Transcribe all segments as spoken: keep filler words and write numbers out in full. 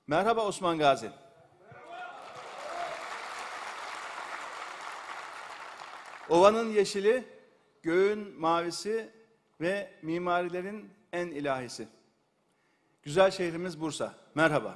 Merhaba Osman Gazi. Ovanın yeşili, göğün mavisi ve mimarilerin en ilahisi. Güzel şehrimiz Bursa. Merhaba.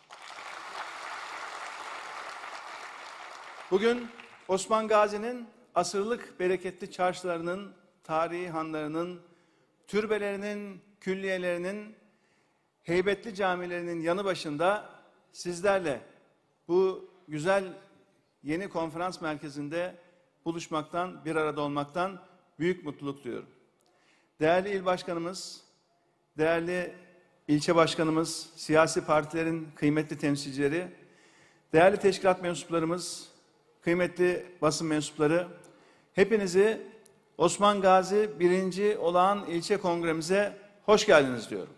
Bugün Osman Gazi'nin asırlık bereketli çarşılarının, tarihi hanlarının, türbelerinin, külliyelerinin, heybetli camilerinin yanı başında sizlerle bu güzel yeni konferans merkezinde buluşmaktan, bir arada olmaktan büyük mutluluk duyuyorum. Değerli il başkanımız, değerli ilçe başkanımız, siyasi partilerin kıymetli temsilcileri, değerli teşkilat mensuplarımız, kıymetli basın mensupları, hepinizi Osman Gazi birinci Olağan İlçe Kongremize hoş geldiniz diyorum.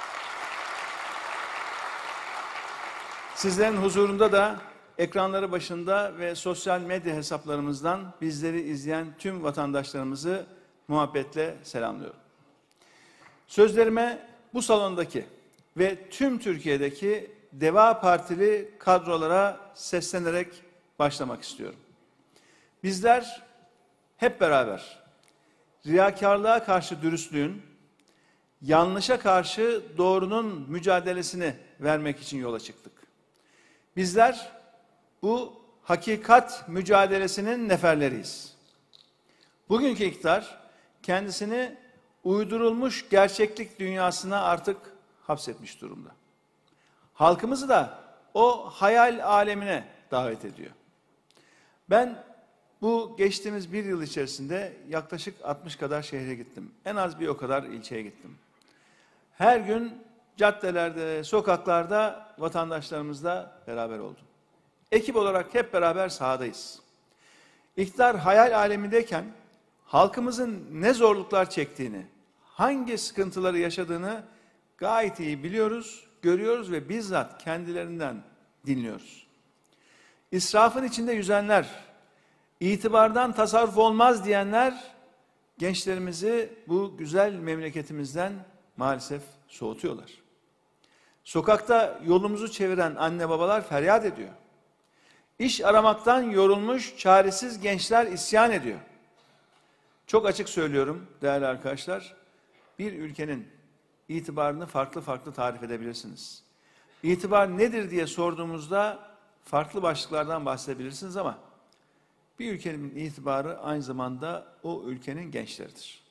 Sizlerin huzurunda da ekranları başında ve sosyal medya hesaplarımızdan bizleri izleyen tüm vatandaşlarımızı muhabbetle selamlıyorum. Sözlerime bu salondaki ve tüm Türkiye'deki Deva Partili kadrolara seslenerek başlamak istiyorum. Bizler hep beraber riyakarlığa karşı dürüstlüğün, yanlışa karşı doğrunun mücadelesini vermek için yola çıktık. Bizler bu hakikat mücadelesinin neferleriyiz. Bugünkü iktidar kendisini uydurulmuş gerçeklik dünyasına artık hapsetmiş durumda. Halkımızı da o hayal alemine davet ediyor. Ben bu geçtiğimiz bir yıl içerisinde yaklaşık altmış kadar şehre gittim. En az bir o kadar ilçeye gittim. Her gün caddelerde, sokaklarda vatandaşlarımızla beraber oldum. Ekip olarak hep beraber sahadayız. İktidar hayal alemindeyken halkımızın ne zorluklar çektiğini, hangi sıkıntıları yaşadığını gayet iyi biliyoruz, görüyoruz ve bizzat kendilerinden dinliyoruz. İsrafın içinde yüzenler, itibardan tasarruf olmaz diyenler gençlerimizi bu güzel memleketimizden maalesef soğutuyorlar. Sokakta yolumuzu çeviren anne babalar feryat ediyor. İş aramaktan yorulmuş, çaresiz gençler isyan ediyor. Çok açık söylüyorum değerli arkadaşlar, bir ülkenin itibarını farklı farklı tarif edebilirsiniz. İtibar nedir diye sorduğumuzda farklı başlıklardan bahsedebilirsiniz ama bir ülkenin itibarı aynı zamanda o ülkenin gençleridir.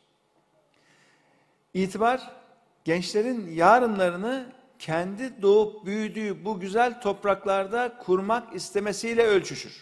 İtibar, gençlerin yarınlarını kendi doğup büyüdüğü bu güzel topraklarda kurmak istemesiyle ölçüşür.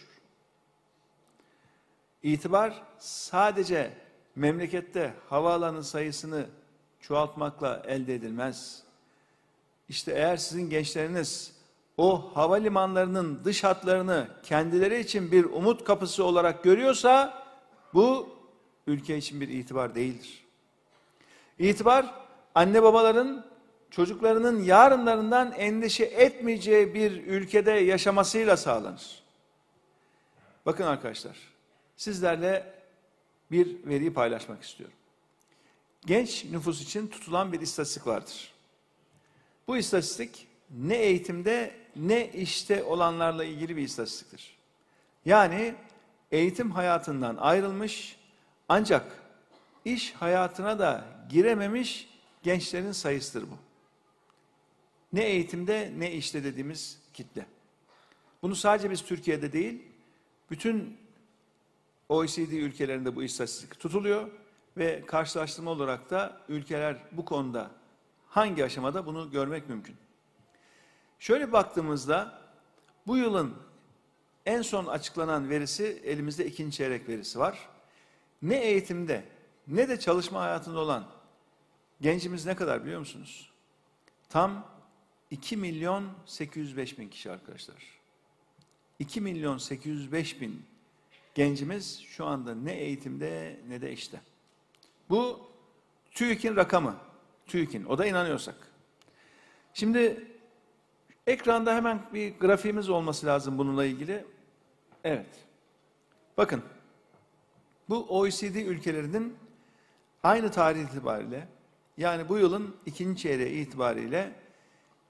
İtibar sadece memlekette havaalanı sayısını çoğaltmakla elde edilmez. İşte eğer sizin gençleriniz o havalimanlarının dış hatlarını kendileri için bir umut kapısı olarak görüyorsa bu ülke için bir itibar değildir. İtibar anne babaların çocuklarının yarınlarından endişe etmeyeceği bir ülkede yaşamasıyla sağlanır. Bakın arkadaşlar, sizlerle bir veriyi paylaşmak istiyorum. Genç nüfus için tutulan bir istatistik vardır. Bu istatistik ne eğitimde ne işte olanlarla ilgili bir istatistiktir. Yani eğitim hayatından ayrılmış ancak iş hayatına da girememiş gençlerin sayısıdır bu. Ne eğitimde ne işte dediğimiz kitle. Bunu sadece biz Türkiye'de değil, bütün O E C D ülkelerinde bu istatistik tutuluyor ve karşılaştırma olarak da ülkeler bu konuda hangi aşamada bunu görmek mümkün. Şöyle baktığımızda bu yılın en son açıklanan verisi, elimizde ikinci çeyrek verisi var. Ne eğitimde ne de çalışma hayatında olan gencimiz ne kadar biliyor musunuz? Tam iki milyon sekiz yüz beş bin kişi arkadaşlar. iki milyon sekiz yüz beş bin gencimiz şu anda ne eğitimde ne de işte. Bu TÜİK'in rakamı. TÜİK'in, o da inanıyorsak. Şimdi ekranda hemen bir grafiğimiz olması lazım bununla ilgili. Evet. Bakın. Bu O E C D ülkelerinin aynı tarih itibariyle, yani bu yılın ikinci çeyreği itibariyle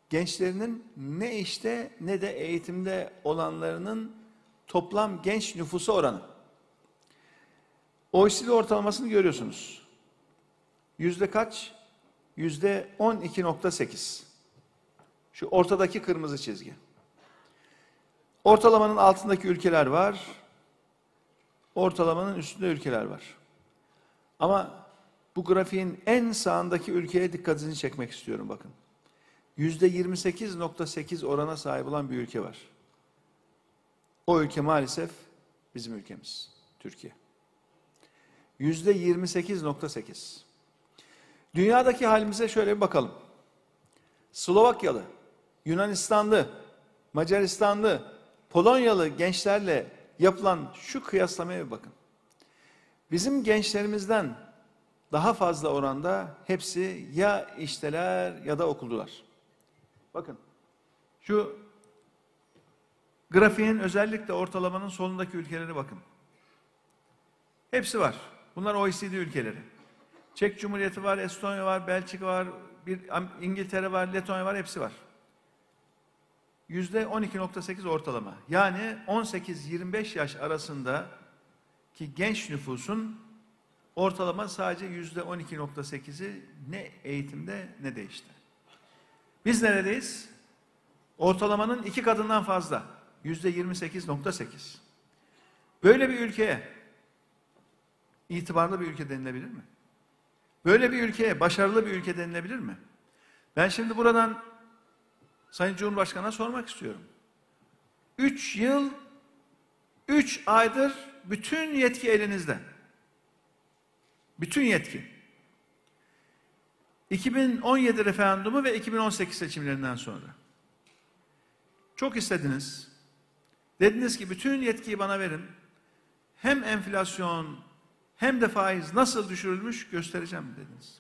gençlerinin ne işte ne de eğitimde olanlarının toplam genç nüfusu oranı. O E C D ortalamasını görüyorsunuz. Yüzde kaç? Yüzde on iki nokta sekiz. Şu ortadaki kırmızı çizgi. Ortalamanın altındaki ülkeler var. Ortalamanın üstünde ülkeler var. Ama bu grafiğin en sağındaki ülkeye dikkatinizi çekmek istiyorum bakın. Yüzde yirmi sekiz nokta sekiz orana sahip olan bir ülke var. O ülke maalesef bizim ülkemiz, Türkiye. Yüzde yirmi sekiz nokta sekiz. Dünyadaki halimize şöyle bir bakalım. Slovakyalı, Yunanistanlı, Macaristanlı, Polonyalı gençlerle yapılan şu kıyaslamaya bir bakın. Bizim gençlerimizden daha fazla oranda hepsi ya işteler ya da okuldular. Bakın şu grafiğin özellikle ortalamanın solundaki ülkelere bakın. Hepsi var. Bunlar O E C D ülkeleri. Çek Cumhuriyeti var, Estonya var, Belçika var, bir İngiltere var, Letonya var, hepsi var. Yüzde on iki nokta sekiz ortalama. Yani on sekiz yirmi beş yaş arasındaki genç nüfusun ortalama sadece yüzde on iki nokta sekizi ne eğitimde ne de işte. Biz neredeyiz? Ortalamanın iki katından fazla. Yüzde yirmi sekiz nokta sekiz. Böyle bir ülkeye itibarlı bir ülke denilebilir mi? Böyle bir ülkeye başarılı bir ülke denilebilir mi? Ben şimdi buradan Sayın Cumhurbaşkanı'na sormak istiyorum. Üç yıl, üç aydır bütün yetki elinizde. Bütün yetki. iki bin on yedi referandumu ve iki bin on sekiz seçimlerinden sonra. Çok istediniz. Dediniz ki bütün yetkiyi bana verin. Hem enflasyon hem de faiz nasıl düşürülmüş göstereceğim dediniz.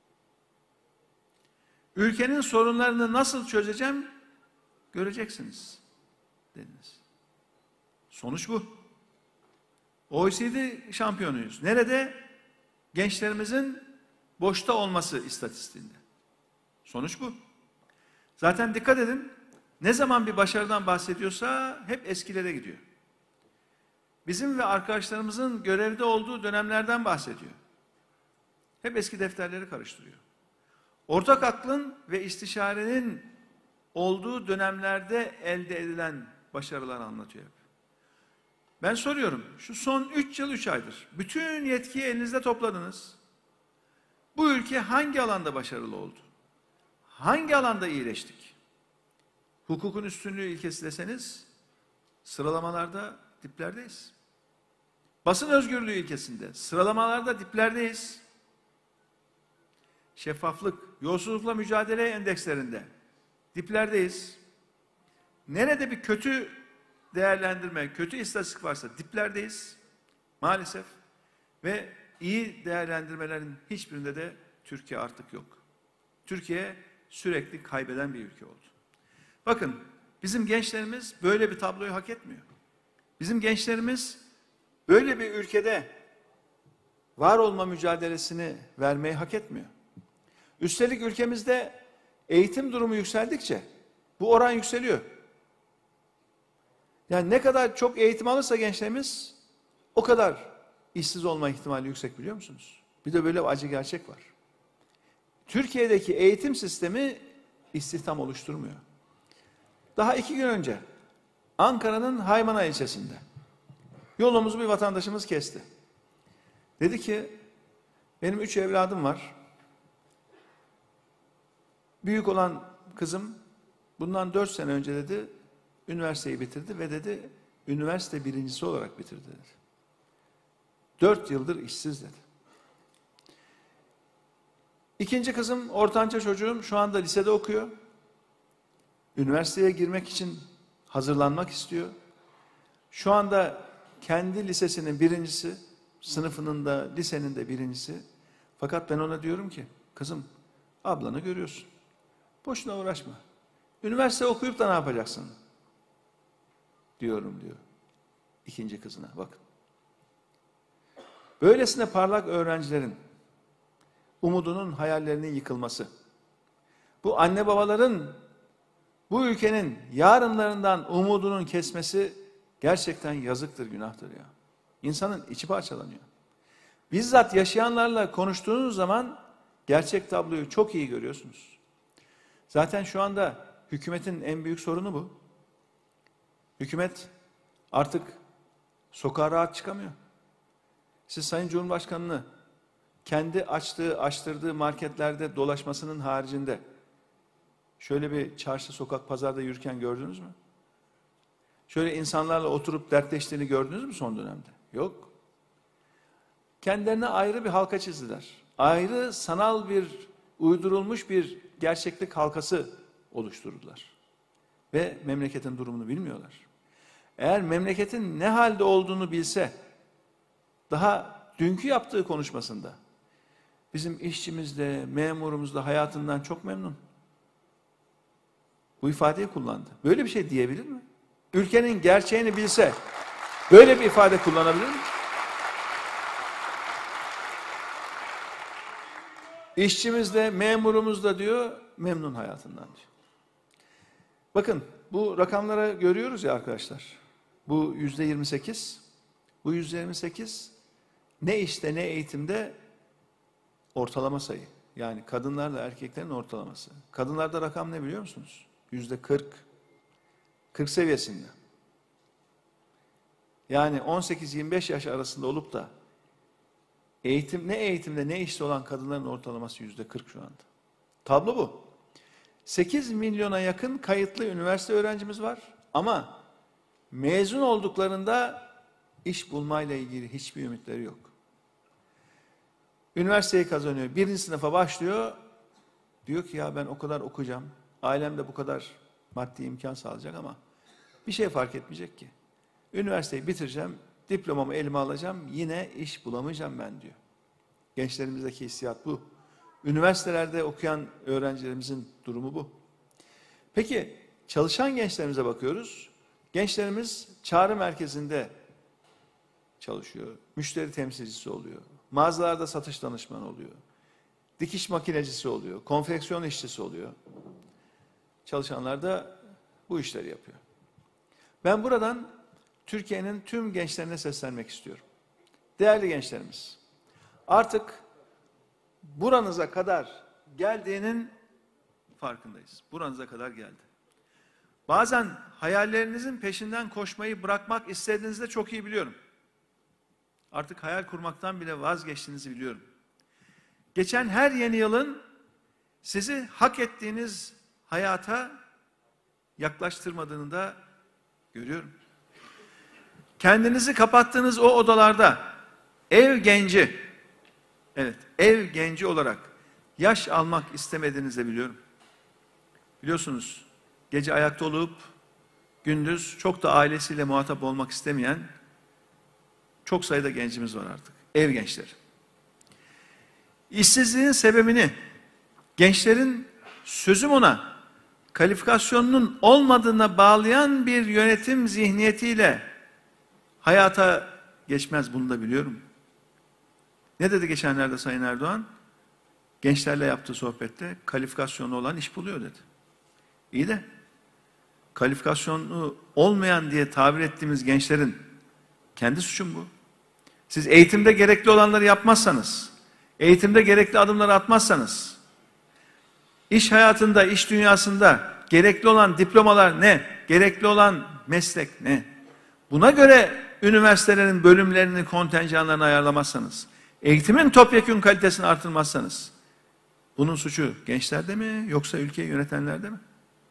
Ülkenin sorunlarını nasıl çözeceğim göreceksiniz dediniz. Sonuç bu. O E C D şampiyonuyuz. Nerede? Gençlerimizin boşta olması istatistiğinde. Sonuç bu. Zaten dikkat edin, ne zaman bir başarıdan bahsediyorsa hep eskilere gidiyor. Bizim ve arkadaşlarımızın görevde olduğu dönemlerden bahsediyor. Hep eski defterleri karıştırıyor. Ortak aklın ve istişarenin olduğu dönemlerde elde edilen başarıları anlatıyor hep. Ben soruyorum, şu son üç yıl üç aydır bütün yetkiyi elinizde topladınız. Bu ülke hangi alanda başarılı oldu? Hangi alanda iyileştik? Hukukun üstünlüğü ilkesi deseniz sıralamalarda diplerdeyiz. Basın özgürlüğü ilkesinde sıralamalarda diplerdeyiz. Şeffaflık, yolsuzlukla mücadele endekslerinde diplerdeyiz. Nerede bir kötü değerlendirme, kötü istatistik varsa diplerdeyiz maalesef. Ve iyi değerlendirmelerin hiçbirinde de Türkiye artık yok. Türkiye sürekli kaybeden bir ülke oldu. Bakın, bizim gençlerimiz böyle bir tabloyu hak etmiyor. Bizim gençlerimiz böyle bir ülkede var olma mücadelesini vermeyi hak etmiyor. Üstelik ülkemizde eğitim durumu yükseldikçe bu oran yükseliyor. Yani ne kadar çok eğitim alırsa gençlerimiz o kadar işsiz olma ihtimali yüksek, biliyor musunuz? Bir de böyle bir acı gerçek var. Türkiye'deki eğitim sistemi istihdam oluşturmuyor. Daha iki gün önce Ankara'nın Haymana ilçesinde yolumuzu bir vatandaşımız kesti. Dedi ki, benim üç evladım var. Büyük olan kızım bundan dört sene önce dedi, üniversiteyi bitirdi ve dedi, üniversite birincisi olarak bitirdi dedi. Dört yıldır işsiz dedi. İkinci kızım, ortanca çocuğum şu anda lisede okuyor. Üniversiteye girmek için hazırlanmak istiyor. Şu anda kendi lisesinin birincisi, sınıfının da lisenin de birincisi. Fakat ben ona diyorum ki, kızım ablanı görüyorsun. Boşuna uğraşma. Üniversite okuyup da ne yapacaksın? Diyorum diyor. İkinci kızına bakın. Böylesine parlak öğrencilerin umudunun, hayallerinin yıkılması. Bu anne babaların bu ülkenin yarınlarından umudunun kesmesi gerçekten yazıktır, günahtır ya. İnsanın içi parçalanıyor. Bizzat yaşayanlarla konuştuğunuz zaman gerçek tabloyu çok iyi görüyorsunuz. Zaten şu anda hükümetin en büyük sorunu bu. Hükümet artık sokağa rahat çıkamıyor. Siz Sayın Cumhurbaşkanı'nı kendi açtığı, açtırdığı marketlerde dolaşmasının haricinde şöyle bir çarşı, sokak, pazarda yürürken gördünüz mü? Şöyle insanlarla oturup dertleştiğini gördünüz mü son dönemde? Yok. Kendilerine ayrı bir halka çizdiler. Ayrı sanal bir, uydurulmuş bir gerçeklik halkası oluşturdular. Ve memleketin durumunu bilmiyorlar. Eğer memleketin ne halde olduğunu bilse, daha dünkü yaptığı konuşmasında, bizim işçimiz de, memurumuz da hayatından çok memnun. Bu ifadeyi kullandı. Böyle bir şey diyebilir mi? Ülkenin gerçeğini bilse, böyle bir ifade kullanabilir mi? İşçimiz de, memurumuz da diyor, memnun hayatından diyor. Bakın, bu rakamlara görüyoruz ya arkadaşlar. Bu yüzde yirmi sekiz, bu yüzde yirmi sekiz ne işte ne eğitimde ortalama sayı. Yani kadınlarla erkeklerin ortalaması. Kadınlarda rakam ne biliyor musunuz? Yüzde kırk. kırk seviyesinde. Yani on sekiz yirmi beş yaş arasında olup da eğitim, ne eğitimde ne işte olan kadınların ortalaması yüzde kırk şu anda. Tablo bu. sekiz milyona yakın kayıtlı üniversite öğrencimiz var ama mezun olduklarında iş bulmayla ilgili hiçbir ümitleri yok. Üniversiteyi kazanıyor, birinci sınıfa başlıyor, diyor ki ya ben o kadar okuyacağım, ailem de bu kadar maddi imkan sağlayacak ama bir şey fark etmeyecek ki. Üniversiteyi bitireceğim, diplomamı elime alacağım, yine iş bulamayacağım ben diyor. Gençlerimizdeki hissiyat bu. Üniversitelerde okuyan öğrencilerimizin durumu bu. Peki çalışan gençlerimize bakıyoruz. Gençlerimiz çağrı merkezinde çalışıyor. Müşteri temsilcisi oluyor. Mağazalarda satış danışmanı oluyor. Dikiş makinecisi oluyor. Konfeksiyon işçisi oluyor. Çalışanlar da bu işleri yapıyor. Ben buradan Türkiye'nin tüm gençlerine seslenmek istiyorum. Değerli gençlerimiz, artık buranıza kadar geldiğinin farkındayız. Buranıza kadar geldi. Bazen hayallerinizin peşinden koşmayı bırakmak istediğinizi de çok iyi biliyorum. Artık hayal kurmaktan bile vazgeçtiğinizi biliyorum. Geçen her yeni yılın sizi hak ettiğiniz hayata yaklaştırmadığını da görüyorum. Kendinizi kapattığınız o odalarda ev genci, evet ev genci olarak yaş almak istemediğinizi de biliyorum. Biliyorsunuz gece ayakta olup gündüz çok da ailesiyle muhatap olmak istemeyen çok sayıda gencimiz var artık. Ev gençleri. İşsizliğin sebebini gençlerin sözüm ona kalifikasyonunun olmadığına bağlayan bir yönetim zihniyetiyle hayata geçmez, bunu da biliyorum. Ne dedi geçenlerde Sayın Erdoğan? Gençlerle yaptığı sohbette kalifikasyonu olan iş buluyor dedi. İyi de kalifikasyonu olmayan diye tabir ettiğimiz gençlerin kendi suçum bu. Siz eğitimde gerekli olanları yapmazsanız, eğitimde gerekli adımları atmazsanız, iş hayatında, iş dünyasında gerekli olan diplomalar ne? Gerekli olan meslek ne? Buna göre üniversitelerin bölümlerini, kontenjanlarını ayarlamazsanız, eğitimin topyekün kalitesini artırmazsanız, bunun suçu gençlerde mi yoksa ülkeyi yönetenlerde mi?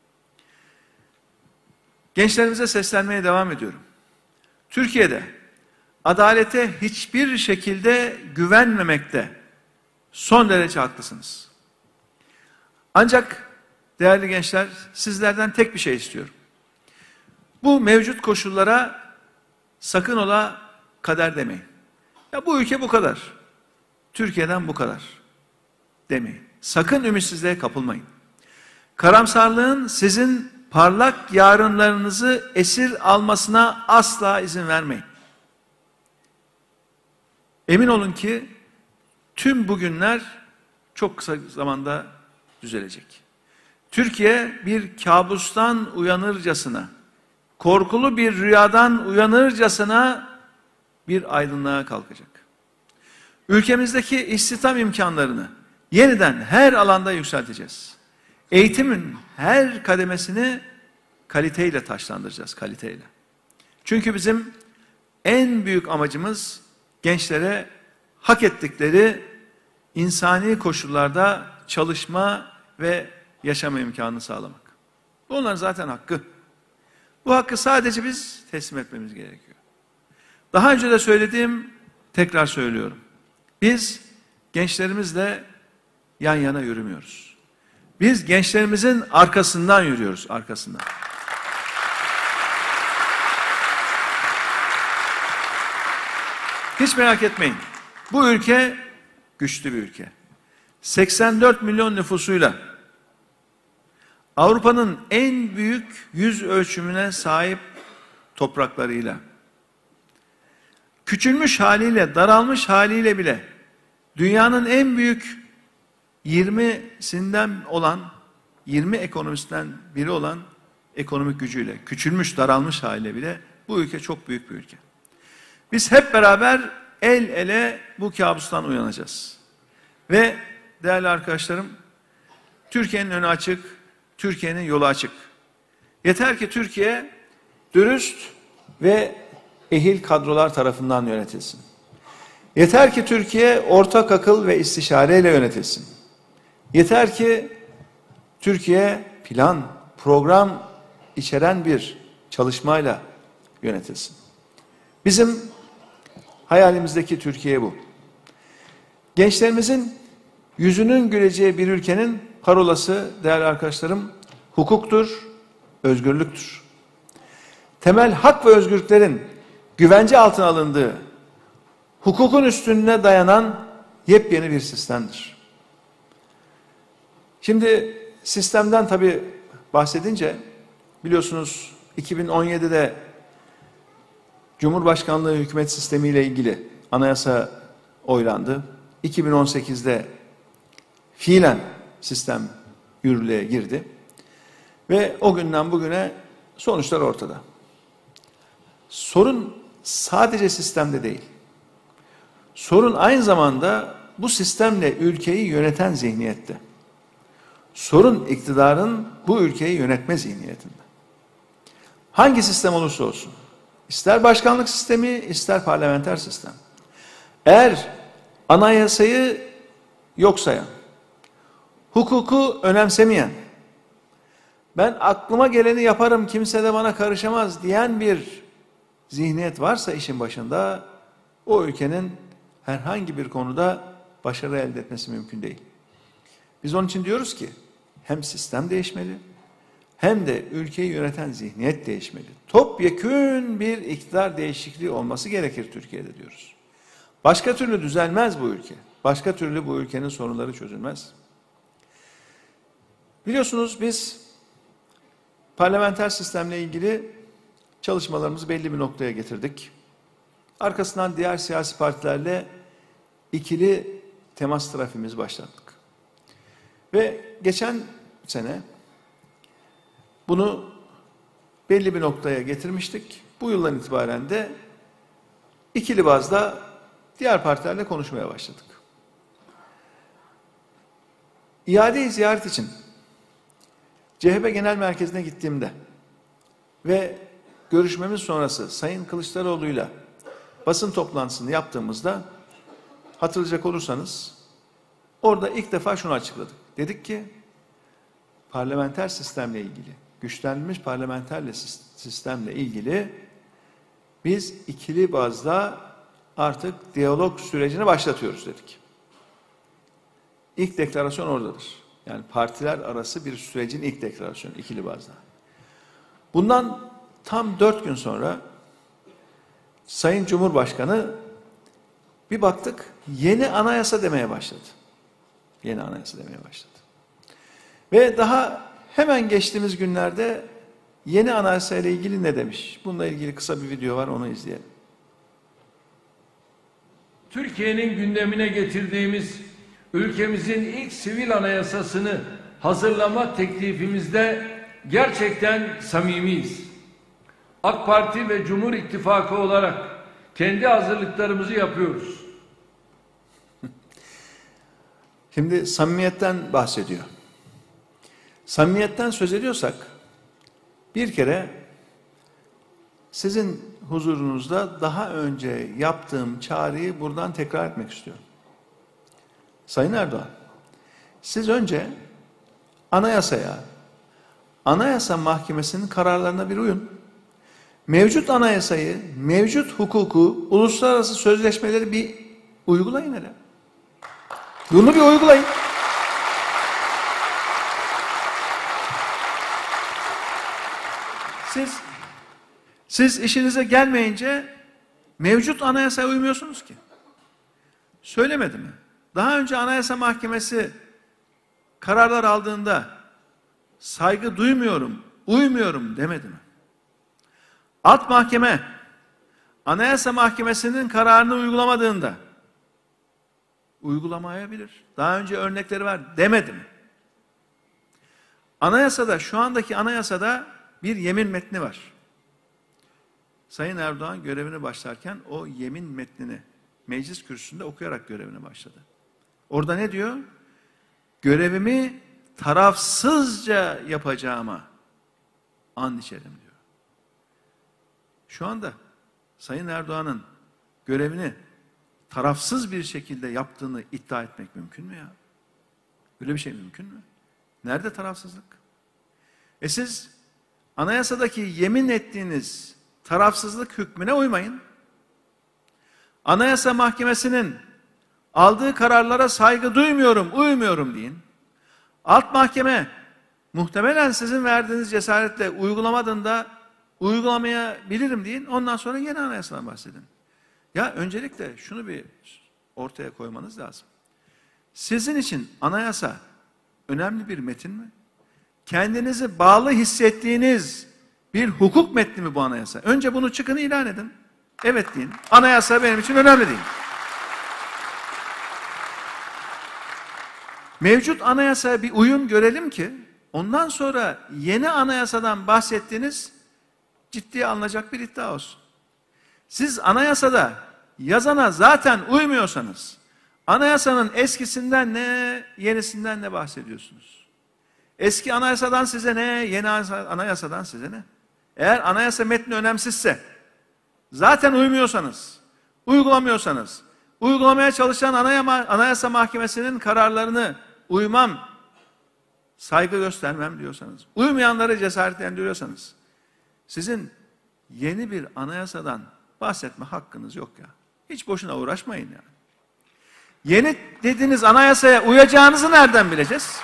Gençlerimize seslenmeye devam ediyorum. Türkiye'de adalete hiçbir şekilde güvenmemekte son derece haklısınız. Ancak değerli gençler, sizlerden tek bir şey istiyorum. Bu mevcut koşullara sakın ola kader demeyin. Ya bu ülke bu kadar. Türkiye'den bu kadar demeyin. Sakın ümitsizliğe kapılmayın. Karamsarlığın sizin parlak yarınlarınızı esir almasına asla izin vermeyin. Emin olun ki tüm bugünler çok kısa zamanda düzelecek. Türkiye bir kabustan uyanırcasına, korkulu bir rüyadan uyanırcasına bir aydınlığa kalkacak. Ülkemizdeki istihdam imkanlarını yeniden her alanda yükselteceğiz. Eğitimin her kademesini kaliteyle taşlandıracağız, kaliteyle. Çünkü bizim en büyük amacımız gençlere hak ettikleri insani koşullarda çalışma ve yaşama imkanı sağlamak. Bu onların zaten hakkı. Bu hakkı sadece biz teslim etmemiz gerekiyor. Daha önce de söylediğim, tekrar söylüyorum. Biz gençlerimizle yan yana yürümüyoruz. Biz gençlerimizin arkasından yürüyoruz, arkasından. Hiç merak etmeyin. Bu ülke güçlü bir ülke. seksen dört milyon nüfusuyla Avrupa'nın en büyük yüz ölçümüne sahip topraklarıyla, küçülmüş haliyle, daralmış haliyle bile dünyanın en büyük yirmisinden olan, yirmi ekonomisinden biri olan ekonomik gücüyle, küçülmüş, daralmış haliyle bile bu ülke çok büyük bir ülke. Biz hep beraber el ele bu kabustan uyanacağız. Ve değerli arkadaşlarım, Türkiye'nin önü açık, Türkiye'nin yolu açık. Yeter ki Türkiye dürüst ve ehil kadrolar tarafından yönetilsin. Yeter ki Türkiye ortak akıl ve istişareyle yönetilsin. Yeter ki Türkiye plan, program içeren bir çalışmayla yönetilsin. Bizim hayalimizdeki Türkiye bu. Gençlerimizin yüzünün güleceği bir ülkenin parolası değerli arkadaşlarım hukuktur, özgürlüktür. Temel hak ve özgürlüklerin güvence altına alındığı, hukukun üstünlüğüne dayanan yepyeni bir sistemdir. Şimdi sistemden tabii bahsedince biliyorsunuz iki bin on yedide Cumhurbaşkanlığı hükümet sistemiyle ilgili anayasa oylandı. iki bin on sekizde fiilen sistem yürürlüğe girdi. Ve o günden bugüne sonuçlar ortada. Sorun sadece sistemde değil. Sorun aynı zamanda bu sistemle ülkeyi yöneten zihniyette. Sorun iktidarın bu ülkeyi yönetme zihniyetinde. Hangi sistem olursa olsun, ister başkanlık sistemi, ister parlamenter sistem. Eğer anayasayı yok sayan, hukuku önemsemeyen, ben aklıma geleni yaparım, kimse de bana karışamaz diyen bir zihniyet varsa işin başında, o ülkenin herhangi bir konuda başarı elde etmesi mümkün değil. Biz onun için diyoruz ki, hem sistem değişmeli, hem de ülkeyi yöneten zihniyet değişmeli. Topyekün bir iktidar değişikliği olması gerekir Türkiye'de diyoruz. Başka türlü düzelmez bu ülke. Başka türlü bu ülkenin sorunları çözülmez. Biliyorsunuz biz parlamenter sistemle ilgili çalışmalarımızı belli bir noktaya getirdik. Arkasından diğer siyasi partilerle ikili temas trafiğimizi başlattık. Ve geçen sene bunu belli bir noktaya getirmiştik. Bu yıldan itibaren de ikili bazda diğer partilerle konuşmaya başladık. İade-i ziyaret için C H P Genel Merkezi'ne gittiğimde ve görüşmemiz sonrası Sayın Kılıçdaroğlu'yla basın toplantısını yaptığımızda hatırlayacak olursanız orada ilk defa şunu açıkladık. Dedik ki parlamenter sistemle ilgili, güçlenmiş parlamenter sistemle ilgili biz ikili bazda artık diyalog sürecini başlatıyoruz dedik. İlk deklarasyon oradadır. Yani partiler arası bir sürecin ilk deklarasyonu ikili bazda. Bundan tam dört gün sonra Sayın Cumhurbaşkanı bir baktık yeni anayasa demeye başladı. Yeni anayasa demeye başladı. Ve daha hemen geçtiğimiz günlerde yeni anayasa ile ilgili ne demiş? Bununla ilgili kısa bir video var, onu izleyelim. Türkiye'nin gündemine getirdiğimiz ülkemizin ilk sivil anayasasını hazırlama teklifimizde gerçekten samimiyiz. AK Parti ve Cumhur İttifakı olarak kendi hazırlıklarımızı yapıyoruz. Şimdi samimiyetten bahsediyor. Samimiyetten söz ediyorsak bir kere sizin huzurunuzda daha önce yaptığım çağrıyı buradan tekrar etmek istiyorum. Sayın Erdoğan, siz önce anayasaya, Anayasa Mahkemesi'nin kararlarına bir uyun. Mevcut anayasayı, mevcut hukuku, uluslararası sözleşmeleri bir uygulayın hele. Bunu bir uygulayın. Siz siz işinize gelmeyince mevcut anayasaya uymuyorsunuz ki. Söylemedi mi? Daha önce Anayasa Mahkemesi kararlar aldığında saygı duymuyorum, uymuyorum demedi mi? Alt mahkeme Anayasa Mahkemesi'nin kararını uygulamadığında uygulamayabilir. Daha önce örnekleri var demedi mi? Anayasada, şu andaki anayasada bir yemin metni var. Sayın Erdoğan görevine başlarken o yemin metnini meclis kürsüsünde okuyarak görevine başladı. Orada ne diyor? Görevimi tarafsızca yapacağıma and içerim diyor. Şu anda Sayın Erdoğan'ın görevini tarafsız bir şekilde yaptığını iddia etmek mümkün mü ya? Böyle bir şey mümkün mü? Nerede tarafsızlık? E siz anayasadaki yemin ettiğiniz tarafsızlık hükmüne uymayın. Anayasa Mahkemesi'nin aldığı kararlara saygı duymuyorum, uymuyorum deyin. Alt mahkeme muhtemelen sizin verdiğiniz cesaretle uygulamadığında uygulamayabilirim deyin. Ondan sonra yeni anayasadan bahsedin. Ya öncelikle şunu bir ortaya koymanız lazım. Sizin için anayasa önemli bir metin mi? Kendinizi bağlı hissettiğiniz bir hukuk metni mi bu anayasa? Önce bunu çıkın ilan edin. Evet deyin. Anayasa benim için önemli deyin. Mevcut anayasaya bir uyum görelim ki ondan sonra yeni anayasadan bahsettiğiniz ciddiye alınacak bir iddia olsun. Siz anayasada yazana zaten uymuyorsanız anayasanın eskisinden ne, yenisinden ne bahsediyorsunuz? Eski anayasadan size ne, yeni anayasadan size ne? Eğer anayasa metni önemsizse, zaten uymuyorsanız, uygulamıyorsanız, uygulamaya çalışan Anayasa Mahkemesi'nin kararlarını uymam, saygı göstermem diyorsanız, uymayanları cesaretlendiriyorsanız, sizin yeni bir anayasadan bahsetme hakkınız yok ya. Hiç boşuna uğraşmayın ya. Yeni dediğiniz anayasaya uyacağınızı nereden bileceğiz?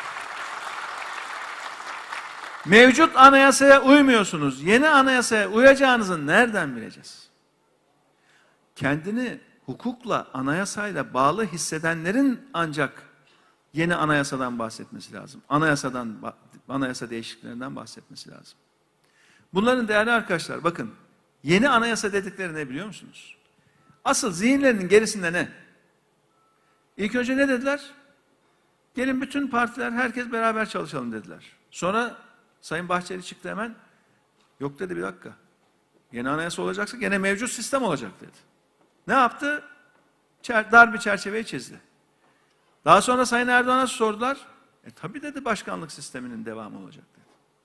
Mevcut anayasaya uymuyorsunuz. Yeni anayasaya uyacağınızı nereden bileceğiz? Kendini hukukla, anayasayla bağlı hissedenlerin ancak yeni anayasadan bahsetmesi lazım. Anayasadan, anayasa değişikliklerinden bahsetmesi lazım. Bunların değerli arkadaşlar, bakın, yeni anayasa dedikleri ne biliyor musunuz? Asıl zihinlerinin gerisinde ne? İlk önce ne dediler? Gelin bütün partiler, herkes beraber çalışalım dediler. Sonra Sayın Bahçeli çıktı hemen. Yok dedi, bir dakika. Yeni anayasa olacaksa gene mevcut sistem olacak dedi. Ne yaptı? Çer, dar bir çerçeveyi çizdi. Daha sonra Sayın Erdoğan'a sordular. E tabii dedi, başkanlık sisteminin devamı olacak dedi.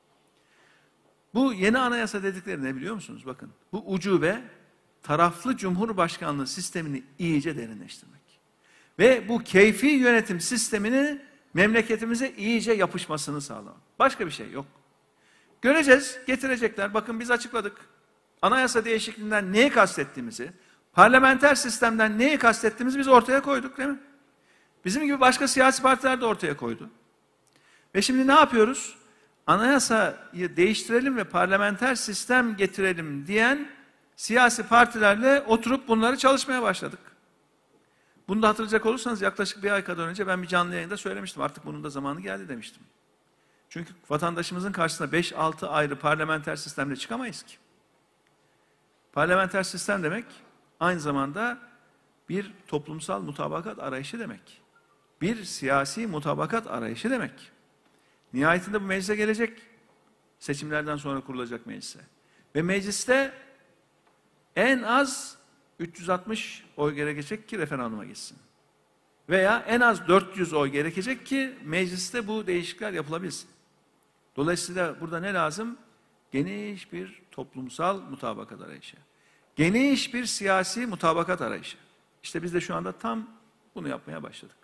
Bu yeni anayasa dedikleri ne biliyor musunuz? Bakın, bu ucube taraflı cumhurbaşkanlığı sistemini iyice derinleştirmek. Ve bu keyfi yönetim sistemini memleketimize iyice yapışmasını sağlamak. Başka bir şey yok. Göreceğiz, getirecekler. Bakın biz açıkladık. Anayasa değişikliğinden neyi kastettiğimizi, parlamenter sistemden neyi kastettiğimizi biz ortaya koyduk değil mi? Bizim gibi başka siyasi partiler de ortaya koydu. Ve şimdi ne yapıyoruz? Anayasayı değiştirelim ve parlamenter sistem getirelim diyen siyasi partilerle oturup bunları çalışmaya başladık. Bunu da hatırlayacak olursanız yaklaşık bir ay kadar önce ben bir canlı yayında söylemiştim. Artık bunun da zamanı geldi demiştim. Çünkü vatandaşımızın karşısına beş altı ayrı parlamenter sistemle çıkamayız ki. Parlamenter sistem demek aynı zamanda bir toplumsal mutabakat arayışı demek. Bir siyasi mutabakat arayışı demek. Nihayetinde bu meclise gelecek. Seçimlerden sonra kurulacak meclise. Ve mecliste en az üç yüz altmış oy gerekecek ki referanduma gitsin. Veya en az dört yüz oy gerekecek ki mecliste bu değişiklikler yapılabilsin. Dolayısıyla burada ne lazım? Geniş bir toplumsal mutabakat arayışı. Geniş bir siyasi mutabakat arayışı. İşte biz de şu anda tam bunu yapmaya başladık.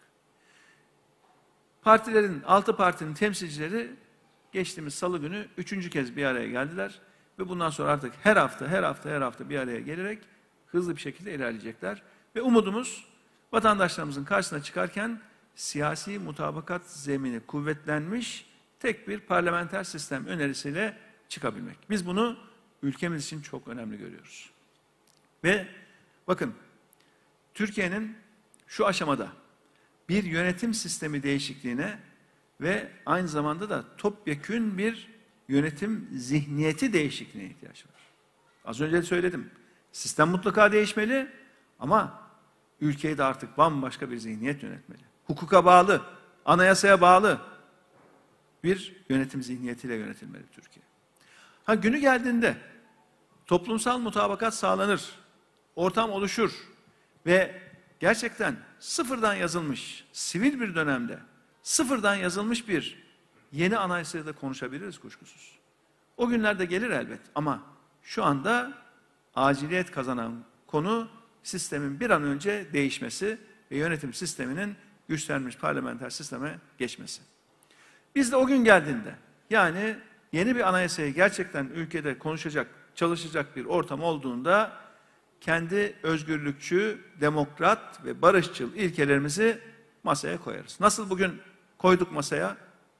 Partilerin, altı partinin temsilcileri geçtiğimiz salı günü üçüncü kez bir araya geldiler. Ve bundan sonra artık her hafta, her hafta, her hafta bir araya gelerek hızlı bir şekilde ilerleyecekler. Ve umudumuz vatandaşlarımızın karşısına çıkarken siyasi mutabakat zemini kuvvetlenmiş tek bir parlamenter sistem önerisiyle çıkabilmek. Biz bunu ülkemiz için çok önemli görüyoruz. Ve bakın, Türkiye'nin şu aşamada bir yönetim sistemi değişikliğine ve aynı zamanda da topyekün bir yönetim zihniyeti değişikliğine ihtiyaç var. Az önce de söyledim. Sistem mutlaka değişmeli ama ülkeyi de artık bambaşka bir zihniyet yönetmeli. Hukuka bağlı, anayasaya bağlı bir yönetim zihniyetiyle yönetilmeli Türkiye. Ha, günü geldiğinde toplumsal mutabakat sağlanır, ortam oluşur ve gerçekten sıfırdan yazılmış, sivil bir dönemde sıfırdan yazılmış bir yeni anayasayı da konuşabiliriz kuşkusuz. O günlerde gelir elbet ama şu anda aciliyet kazanan konu sistemin bir an önce değişmesi ve yönetim sisteminin güçlenmiş parlamenter sisteme geçmesi. Biz de o gün geldiğinde, yani yeni bir anayasayı gerçekten ülkede konuşacak, çalışacak bir ortam olduğunda kendi özgürlükçü, demokrat ve barışçıl ilkelerimizi masaya koyarız. Nasıl bugün koyduk masaya?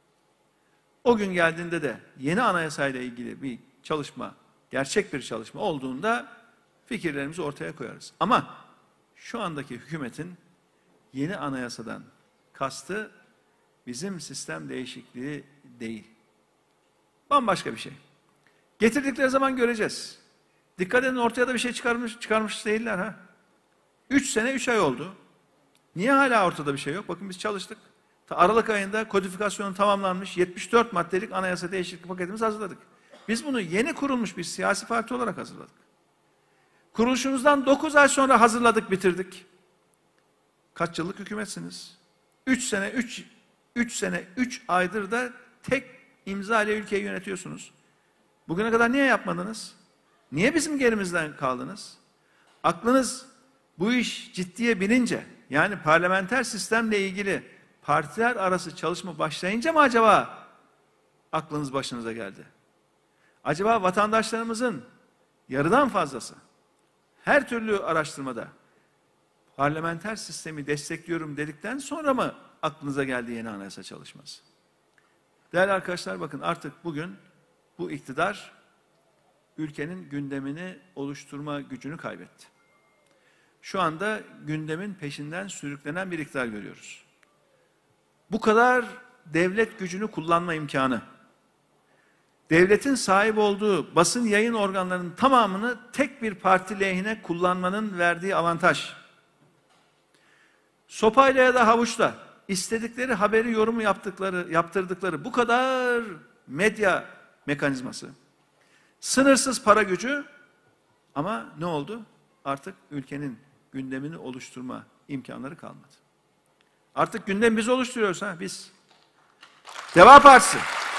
O gün geldiğinde de yeni anayasayla ilgili bir çalışma, gerçek bir çalışma olduğunda fikirlerimizi ortaya koyarız. Ama şu andaki hükümetin yeni anayasadan kastı bizim sistem değişikliği değil. Bambaşka bir şey. Getirdikleri zaman göreceğiz. Dikkat edin, ortaya da bir şey çıkarmış, çıkarmış değiller ha. Üç sene, üç ay oldu. Niye hala ortada bir şey yok? Bakın biz çalıştık. Ta Aralık ayında kodifikasyonu tamamlanmış yetmiş dört maddelik anayasa değişiklik paketimizi hazırladık. Biz bunu yeni kurulmuş bir siyasi parti olarak hazırladık. Kuruluşumuzdan dokuz ay sonra hazırladık, bitirdik. Kaç yıllık hükümetsiniz? Üç sene, üç, üç sene, üç aydır da tek imza ile ülkeyi yönetiyorsunuz. Bugüne kadar niye yapmadınız? Niye bizim gerimizden kaldınız? Aklınız bu iş ciddiye binince, yani parlamenter sistemle ilgili partiler arası çalışma başlayınca mı acaba aklınız başınıza geldi? Acaba vatandaşlarımızın yarıdan fazlası her türlü araştırmada parlamenter sistemi destekliyorum dedikten sonra mı aklınıza geldi yeni anayasa çalışması? Değerli arkadaşlar, bakın artık bugün bu iktidar ülkenin gündemini oluşturma gücünü kaybetti. Şu anda gündemin peşinden sürüklenen bir iktidar görüyoruz. Bu kadar devlet gücünü kullanma imkanı, devletin sahip olduğu basın yayın organlarının tamamını tek bir parti lehine kullanmanın verdiği avantaj, sopayla ya da havuçla istedikleri haberi yorumu yaptıkları, yaptırdıkları bu kadar medya mekanizması, sınırsız para gücü, ama ne oldu? Artık ülkenin gündemini oluşturma imkanları kalmadı. Artık gündemi biz oluşturuyoruz ha, biz. Deva Partisi.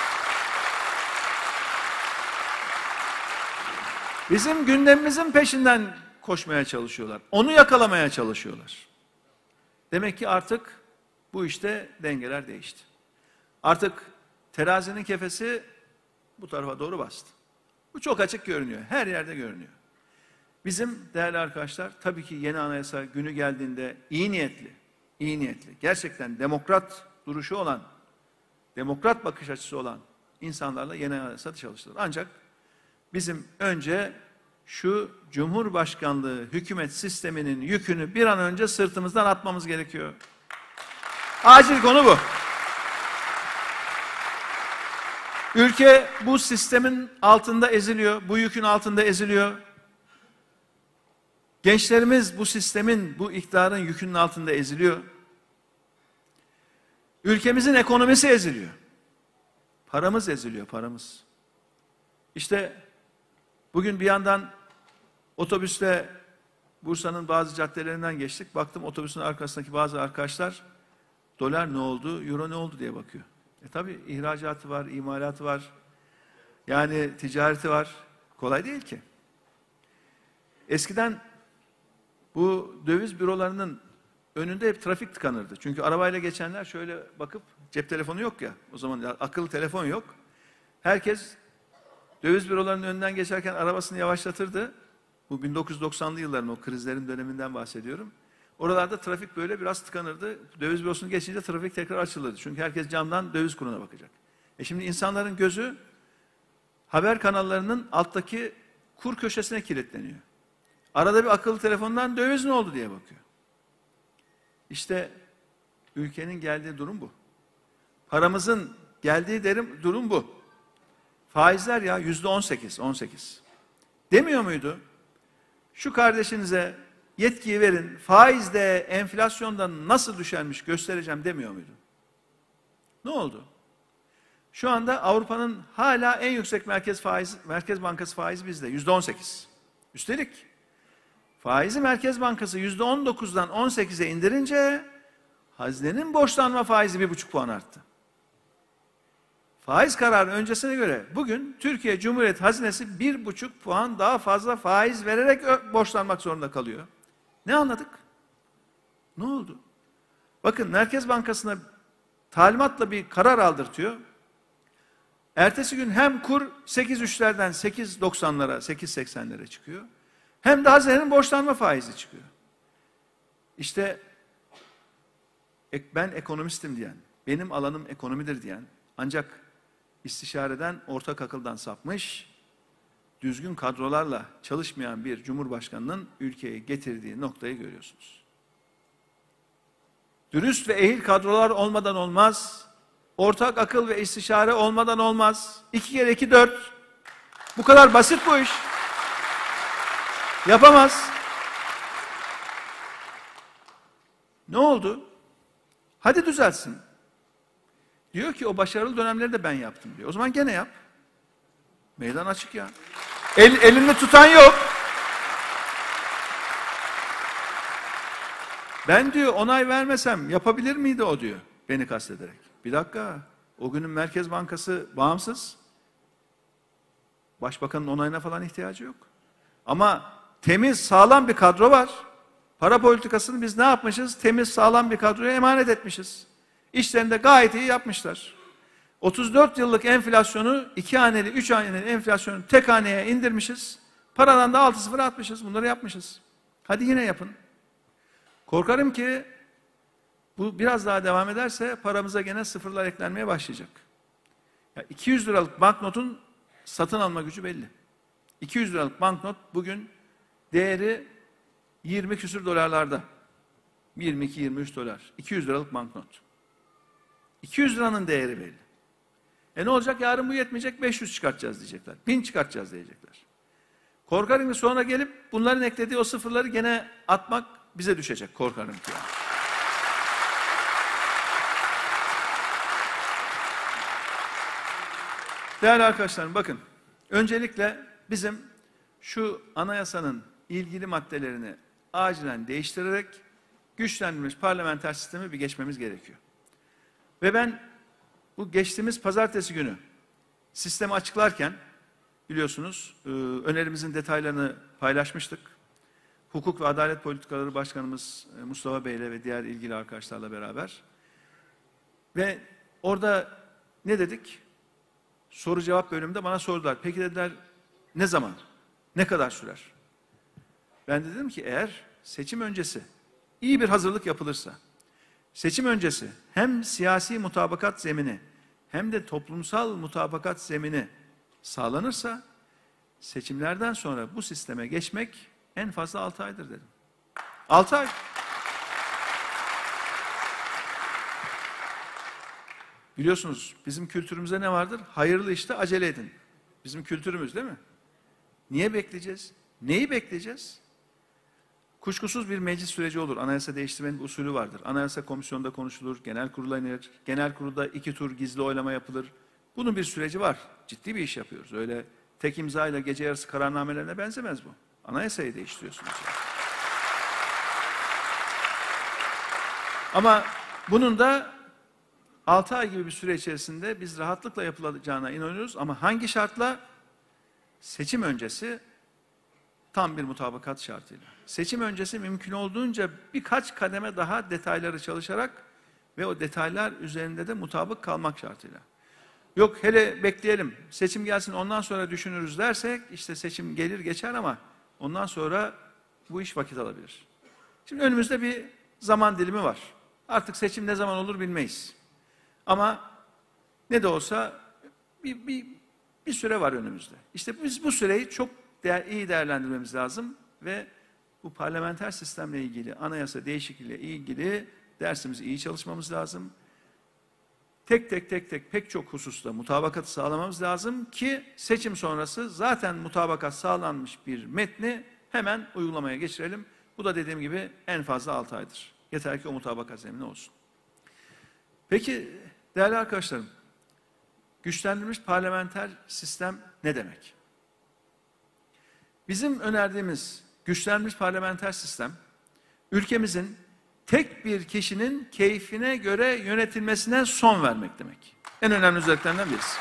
Bizim gündemimizin peşinden koşmaya çalışıyorlar. Onu yakalamaya çalışıyorlar. Demek ki artık bu işte dengeler değişti. Artık terazinin kefesi bu tarafa doğru bastı. Bu çok açık görünüyor. Her yerde görünüyor. Bizim değerli arkadaşlar, tabii ki yeni anayasa günü geldiğinde iyi niyetli, iyi niyetli, gerçekten demokrat duruşu olan, demokrat bakış açısı olan insanlarla yeni anayasa çalışılır. Ancak bizim önce şu Cumhurbaşkanlığı hükümet sisteminin yükünü bir an önce sırtımızdan atmamız gerekiyor. Acil konu bu. Ülke bu sistemin altında eziliyor, bu yükün altında eziliyor. Gençlerimiz bu sistemin, bu iktidarın yükünün altında eziliyor. Ülkemizin ekonomisi eziliyor. Paramız eziliyor, paramız. İşte bugün bir yandan otobüste Bursa'nın bazı caddelerinden geçtik. Baktım otobüsün arkasındaki bazı arkadaşlar dolar ne oldu, euro ne oldu diye bakıyor. E tabi ihracatı var, imalatı var. Yani ticareti var. Kolay değil ki. Eskiden bu döviz bürolarının önünde hep trafik tıkanırdı. Çünkü arabayla geçenler şöyle bakıp, cep telefonu yok ya, o zaman akıllı telefon yok. Herkes döviz bürolarının önünden geçerken arabasını yavaşlatırdı. Bu bin dokuz yüz doksanlı yılların o krizlerin döneminden bahsediyorum. Oralarda trafik böyle biraz tıkanırdı. Döviz bürosunu geçince trafik tekrar açılırdı. Çünkü herkes camdan döviz kuruna bakacak. E şimdi insanların gözü haber kanallarının alttaki kur köşesine kilitleniyor. Arada bir akıllı telefondan döviz ne oldu diye bakıyor. İşte ülkenin geldiği durum bu. Paramızın geldiği derim, durum bu. Faizler ya yüzde on sekiz, on sekiz. Demiyor muydu? Şu kardeşinize yetkiyi verin, faizde enflasyondan nasıl düşermiş göstereceğim demiyor muydu? Ne oldu? Şu anda Avrupa'nın hala en yüksek merkez faiz, Merkez Bankası faizi bizde, yüzde on sekiz. Üstelik faizi Merkez Bankası yüzde on dokuzdan on sekize indirince hazinenin borçlanma faizi bir buçuk puan arttı. Faiz kararı öncesine göre bugün Türkiye Cumhuriyet hazinesi bir buçuk puan daha fazla faiz vererek borçlanmak zorunda kalıyor. Ne anladık? Ne oldu? Bakın Merkez Bankası'na talimatla bir karar aldırtıyor. Ertesi gün hem kur sekiz üçlerden sekiz doksanlara, sekiz seksenlere çıkıyor. Hem de hazinenin borçlanma faizi çıkıyor. İşte ben ekonomistim diyen, benim alanım ekonomidir diyen, ancak istişareden, ortak akıldan sapmış, düzgün kadrolarla çalışmayan bir cumhurbaşkanının ülkeye getirdiği noktayı görüyorsunuz. Dürüst ve ehil kadrolar olmadan olmaz, ortak akıl ve istişare olmadan olmaz. İki kere iki dört. Bu kadar basit bu iş. Yapamaz. Ne oldu? Hadi düzelsin. Diyor ki o başarılı dönemleri de ben yaptım diyor. O zaman gene yap. Meydan açık ya. El, elini tutan yok. Ben diyor onay vermesem yapabilir miydi o diyor. Beni kastederek. Bir dakika. O günün Merkez Bankası bağımsız. Başbakanın onayına falan ihtiyacı yok. Ama temiz, sağlam bir kadro var. Para politikasını biz ne yapmışız? Temiz, sağlam bir kadroya emanet etmişiz. İşlerini de gayet iyi yapmışlar. otuz dört yıllık enflasyonu, iki haneli, üç haneli enflasyonu tek haneye indirmişiz. Paradan da altı sıfır atmışız. Bunları yapmışız. Hadi yine yapın. Korkarım ki bu biraz daha devam ederse paramıza gene sıfırlar eklenmeye başlayacak. Ya iki yüz liralık banknotun satın alma gücü belli. iki yüz liralık banknot bugün değeri yirmi küsür dolarlarda. yirmi iki yirmi üç dolar. iki yüz liralık banknot. iki yüz liranın değeri belli. E ne olacak? Yarın bu yetmeyecek, beş yüz çıkartacağız diyecekler. bin çıkartacağız diyecekler. Korkarım ki sonra gelip bunların eklediği o sıfırları gene atmak bize düşecek. Korkarım ki. Yani. Değerli arkadaşlarım bakın. Öncelikle bizim şu anayasanın ilgili maddelerini acilen değiştirerek güçlendirilmiş parlamenter sistemi bir geçmemiz gerekiyor. Ve ben bu geçtiğimiz pazartesi günü sistemi açıklarken biliyorsunuz önerimizin detaylarını paylaşmıştık. Hukuk ve Adalet Politikaları Başkanımız Mustafa Bey ile ve diğer ilgili arkadaşlarla beraber. Ve orada ne dedik? Soru cevap bölümünde bana sordular. Peki dediler ne zaman? Ne kadar sürer? Ben de dedim ki eğer seçim öncesi iyi bir hazırlık yapılırsa, seçim öncesi hem siyasi mutabakat zemini hem de toplumsal mutabakat zemini sağlanırsa seçimlerden sonra bu sisteme geçmek en fazla altı aydır dedim. Altı ay. Biliyorsunuz bizim kültürümüzde ne vardır? Hayırlı işte acele edin. Bizim kültürümüz değil mi? Niye bekleyeceğiz? Neyi bekleyeceğiz? Kuşkusuz bir meclis süreci olur. Anayasa değiştirmenin bir usulü vardır. Anayasa komisyonda konuşulur, genel kurula iner. Genel kurulda iki tur gizli oylama yapılır. Bunun bir süreci var. Ciddi bir iş yapıyoruz. Öyle tek imzayla gece yarısı kararnamelerine benzemez bu. Anayasayı değiştiriyorsunuz. Yani. Ama bunun da altı ay gibi bir süre içerisinde biz rahatlıkla yapılacağına inanıyoruz. Ama hangi şartla? Seçim öncesi tam bir mutabakat şartıyla. Seçim öncesi mümkün olduğunca birkaç kademe daha detayları çalışarak ve o detaylar üzerinde de mutabık kalmak şartıyla. Yok hele bekleyelim, seçim gelsin ondan sonra düşünürüz dersek, işte seçim gelir geçer ama ondan sonra bu iş vakit alabilir. Şimdi önümüzde bir zaman dilimi var. Artık seçim ne zaman olur bilmeyiz. Ama ne de olsa bir, bir, bir süre var önümüzde. İşte biz bu süreyi çok değer, iyi değerlendirmemiz lazım ve bu parlamenter sistemle ilgili, anayasa değişikliğiyle ilgili dersimizi iyi çalışmamız lazım. Tek tek tek tek pek çok hususta mutabakatı sağlamamız lazım ki seçim sonrası zaten mutabakat sağlanmış bir metni hemen uygulamaya geçirelim. Bu da dediğim gibi en fazla altı aydır. Yeter ki o mutabakat zemini olsun. Peki değerli arkadaşlarım, güçlendirilmiş parlamenter sistem ne demek? Bizim önerdiğimiz güçlendirilmiş parlamenter sistem, ülkemizin tek bir kişinin keyfine göre yönetilmesine son vermek demek. En önemli özelliklerinden birisi.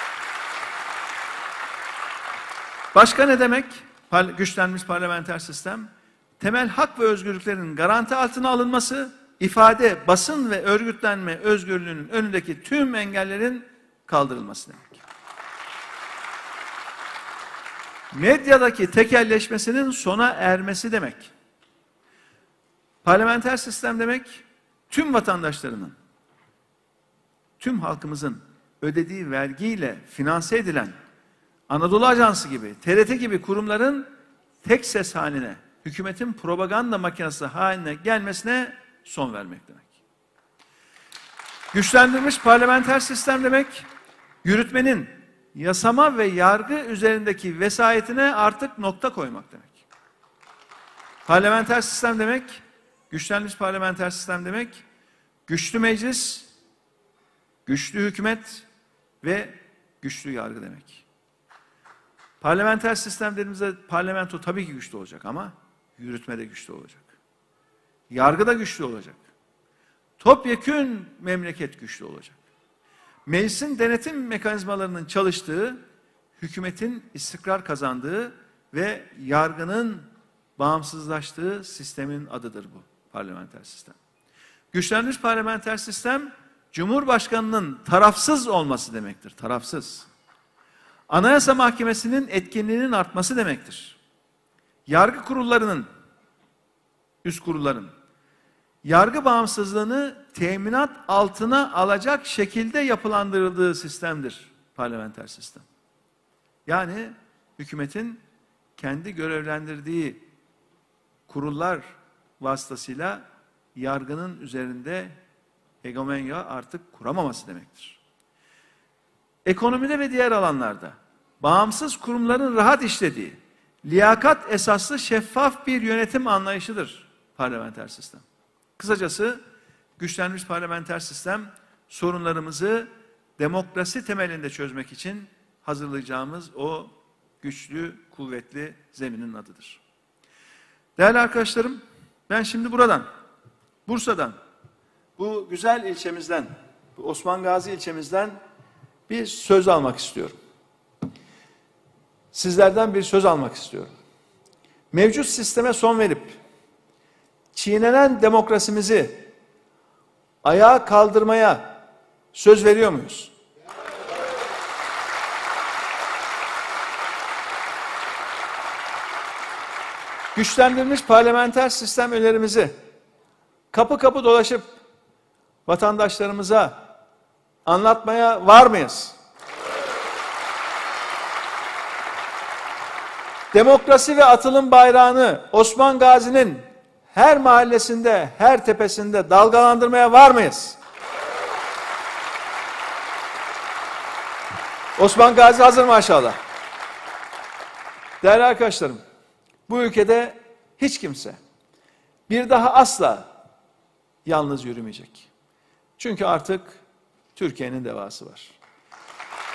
Başka ne demek? Güçlenmiş parlamenter sistem, temel hak ve özgürlüklerin garanti altına alınması, ifade, basın ve örgütlenme özgürlüğünün önündeki tüm engellerin kaldırılması demek. Medyadaki tekelleşmesinin sona ermesi demek. Parlamenter sistem demek, tüm vatandaşlarının, tüm halkımızın ödediği vergiyle finanse edilen Anadolu Ajansı gibi, T R T gibi kurumların tek ses haline, hükümetin propaganda makinesi haline gelmesine son vermek demek. Güçlendirilmiş parlamenter sistem demek, yürütmenin yasama ve yargı üzerindeki vesayetine artık nokta koymak demek. Parlamenter sistem demek, güçlenmiş parlamenter sistem demek, güçlü meclis, güçlü hükümet ve güçlü yargı demek. Parlamenter sistem dediğimizde parlamento tabii ki güçlü olacak ama yürütme de güçlü olacak. Yargı da güçlü olacak. Topyekün memleket güçlü olacak. Meclisin denetim mekanizmalarının çalıştığı, hükümetin istikrar kazandığı ve yargının bağımsızlaştığı sistemin adıdır bu parlamenter sistem. Güçlenmiş parlamenter sistem, Cumhurbaşkanının tarafsız olması demektir. Tarafsız. Anayasa Mahkemesi'nin etkinliğinin artması demektir. Yargı kurullarının, üst kurulların, yargı bağımsızlığını teminat altına alacak şekilde yapılandırıldığı sistemdir parlamenter sistem. Yani hükümetin kendi görevlendirdiği kurullar vasıtasıyla yargının üzerinde hegemonya artık kuramaması demektir. Ekonomide ve diğer alanlarda bağımsız kurumların rahat işlediği, liyakat esaslı şeffaf bir yönetim anlayışıdır parlamenter sistem. Kısacası güçlenmiş parlamenter sistem sorunlarımızı demokrasi temelinde çözmek için hazırlayacağımız o güçlü, kuvvetli zeminin adıdır. Değerli arkadaşlarım, ben şimdi buradan, Bursa'dan, bu güzel ilçemizden, bu Osman Gazi ilçemizden bir söz almak istiyorum. Sizlerden bir söz almak istiyorum. Mevcut sisteme son verip, çiğnenen demokrasimizi ayağa kaldırmaya söz veriyor muyuz? Güçlendirilmiş parlamenter sistem önerimizi kapı kapı dolaşıp vatandaşlarımıza anlatmaya var mıyız? Demokrasi ve atılım bayrağını Osman Gazi'nin her mahallesinde, her tepesinde dalgalandırmaya var mıyız? Osman Gazi hazır maşallah. Değerli arkadaşlarım, bu ülkede hiç kimse bir daha asla yalnız yürümeyecek. Çünkü artık Türkiye'nin devası var.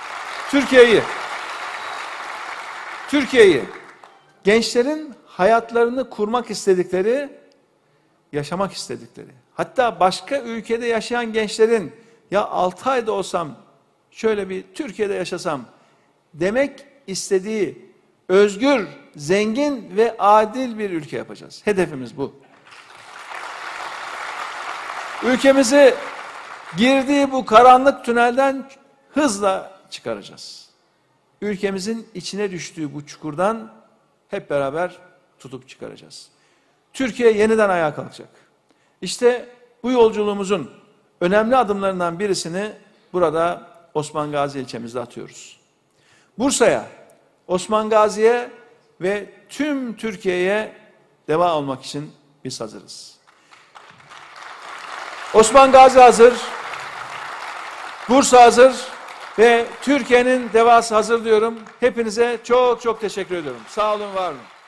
Türkiye'yi, Türkiye'yi gençlerin hayatlarını kurmak istedikleri, yaşamak istedikleri, hatta başka ülkede yaşayan gençlerin ya altı ayda olsam, şöyle bir Türkiye'de yaşasam demek istediği özgür, zengin ve adil bir ülke yapacağız. Hedefimiz bu. Ülkemizi girdiği bu karanlık tünelden hızla çıkaracağız. Ülkemizin içine düştüğü bu çukurdan hep beraber tutup çıkaracağız. Türkiye yeniden ayağa kalkacak. İşte bu yolculuğumuzun önemli adımlarından birisini burada Osman Gazi ilçemizde atıyoruz. Bursa'ya, Osman Gazi'ye ve tüm Türkiye'ye deva olmak için biz hazırız. Osman Gazi hazır, Bursa hazır ve Türkiye'nin devası hazır diyorum. Hepinize çok çok teşekkür ediyorum. Sağ olun, var olun.